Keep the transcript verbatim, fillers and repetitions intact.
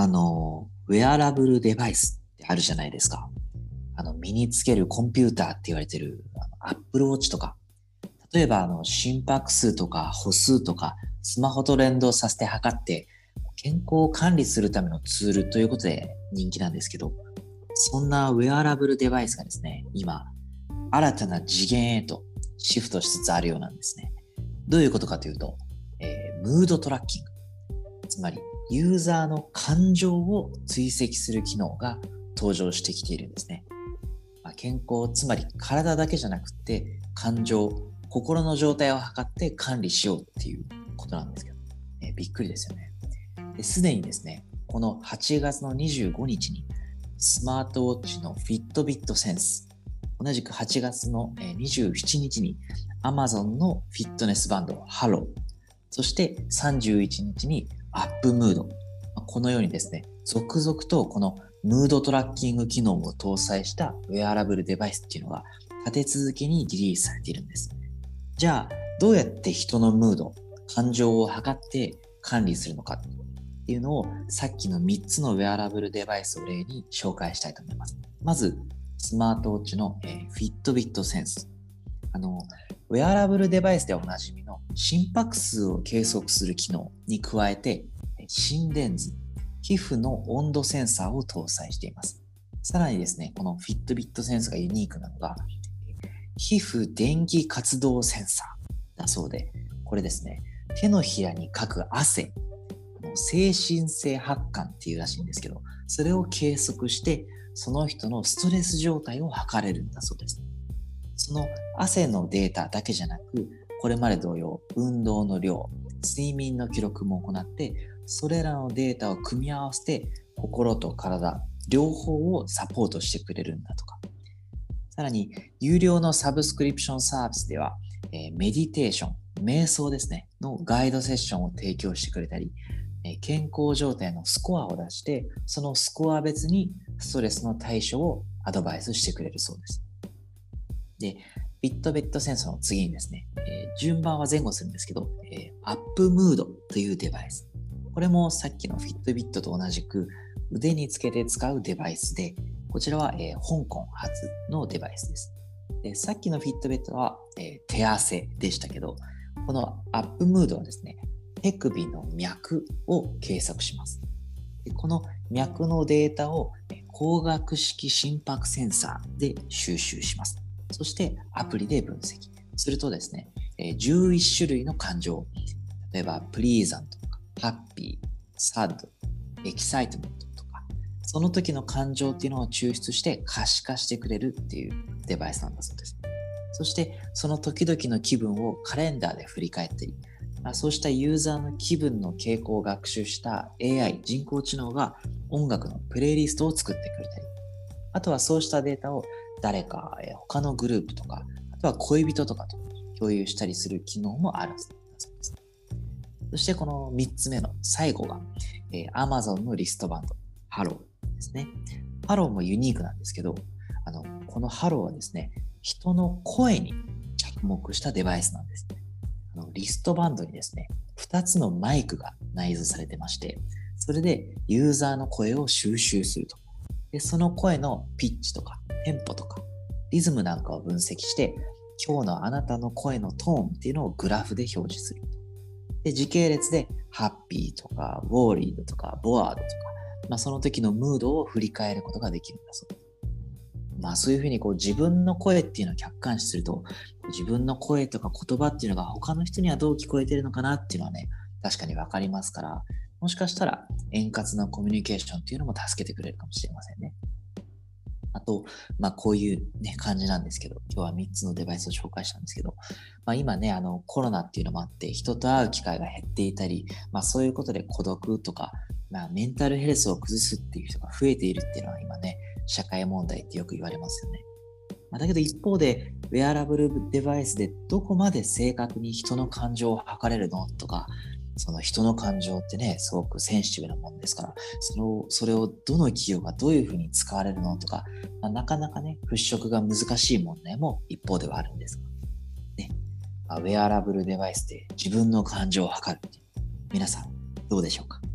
あの、ウェアラブルデバイスってあるじゃないですか。あの、身につけるコンピューターって言われてる、あの、Apple Watch とか、例えば、あの、心拍数とか歩数とか、スマホと連動させて測って、健康を管理するためのツールということで人気なんですけど、そんなウェアラブルデバイスがですね、今、新たな次元へとシフトしつつあるようなんですね。どういうことかというと、えームードトラッキング。つまり、ユーザーの感情を追跡する機能が登場してきているんですね。まあ、健康、つまり体だけじゃなくて、感情、心の状態を測って管理しようっていうことなんですけど、えーびっくりですよね。すでにですね、このはちがつのにじゅうごにちにスマートウォッチの Fitbit Sense、同じくはちがつのにじゅうしちにちに Amazon のフィットネスバンド Halo、そしてさんじゅういちにちに Upmood、このようにですね、続々とこのムードトラッキング機能を搭載したウェアラブルデバイスっていうのが立て続けにリリースされているんです。じゃあ、どうやって人のムード、感情を測って管理するのかっていうのを、さっきのみっつのウェアラブルデバイスを例に紹介したいと思います。まず、スマートウォッチの、えー、Fitbit Sense。あの、ウェアラブルデバイスでおなじみの心拍数を計測する機能に加えて、心電図、皮膚の温度センサーを搭載しています。さらにですね、この Fitbit Sense がユニークなのが、皮膚電気活動センサーだそうで、これですね、手のひらにかく汗、精神性発汗っていうらしいんですけど、それを計測して、その人のストレス状態を測れるんだそうです。その汗のデータだけじゃなく、これまで同様、運動の量、睡眠の記録も行って、それらのデータを組み合わせて、心と体、両方をサポートしてくれるんだとか。さらに、有料のサブスクリプションサービスでは、えーメディテーション、瞑想ですね、のガイドセッションを提供してくれたり、えー健康状態のスコアを出して、そのスコア別にストレスの対処をアドバイスしてくれるそうです。で、Fitbitセンサーの次にですね、えー順番は前後するんですけど、えー、Upmood というデバイス。これもさっきの Fitbit と同じく腕につけて使うデバイスで、こちらは、えー香港発のデバイスです。で、さっきの Fitbit は、えー手汗でしたけど、この Upmood はですね、手首の脈を計測します。でこの脈のデータをえー光学式心拍センサーで収集します。そしてアプリで分析。するとですね、えーじゅういちしゅるいの感情、例えばプリーザントとか、ハッピー、サッド、エキサイトメントとか、その時の感情っていうのを抽出して可視化してくれるっていうデバイスなんだそうです。そしてその時々の気分をカレンダーで振り返ったり、まあそうしたユーザーの気分の傾向を学習した エーアイ、人工知能が音楽のプレイリストを作ってくれたり、あとはそうしたデータを誰か、えー他のグループとか、あとは恋人とかと共有したりする機能もあるんだそうです。そしてこのみっつめの最後が、えー Amazon のリストバンド、Halo ですね。Halo もユニークなんですけど、あの、この Halo はですね、人の声に着目したデバイスなんです。あのリストバンドにですね、ふたつのマイクが内蔵されてまして、それでユーザーの声を収集すると。で、その声のピッチとかテンポとかリズムなんかを分析して、今日のあなたの声のトーンっていうのをグラフで表示する。で、時系列でハッピーとかウォーリードとかボワードとか、まあ、その時のムードを振り返ることができるんだそうです。まあそういうふうにこう自分の声っていうのを客観視すると、自分の声とか言葉っていうのが他の人にはどう聞こえてるのかなっていうのはね、確かにわかりますから、もしかしたら円滑なコミュニケーションっていうのも助けてくれるかもしれませんね。あと、まあこういうね、感じなんですけど、今日はみっつのデバイスを紹介したんですけど、まあ今ね、あのコロナっていうのもあって人と会う機会が減っていたり、まあそういうことで孤独とか、まあメンタルヘルスを崩すっていう人が増えているっていうのは今ね、社会問題ってよく言われますよね。まあ、だけど一方で、ウェアラブルデバイスでどこまで正確に人の感情を測れるのとか、その人の感情ってね、すごくセンシティブなもんですから、それを、それをどの企業がどういうふうに使われるのとか、まあ、なかなかね、払拭が難しい問題も一方ではあるんですが、ね、まあ、ウェアラブルデバイスで自分の感情を測るっていう、皆さんどうでしょうか。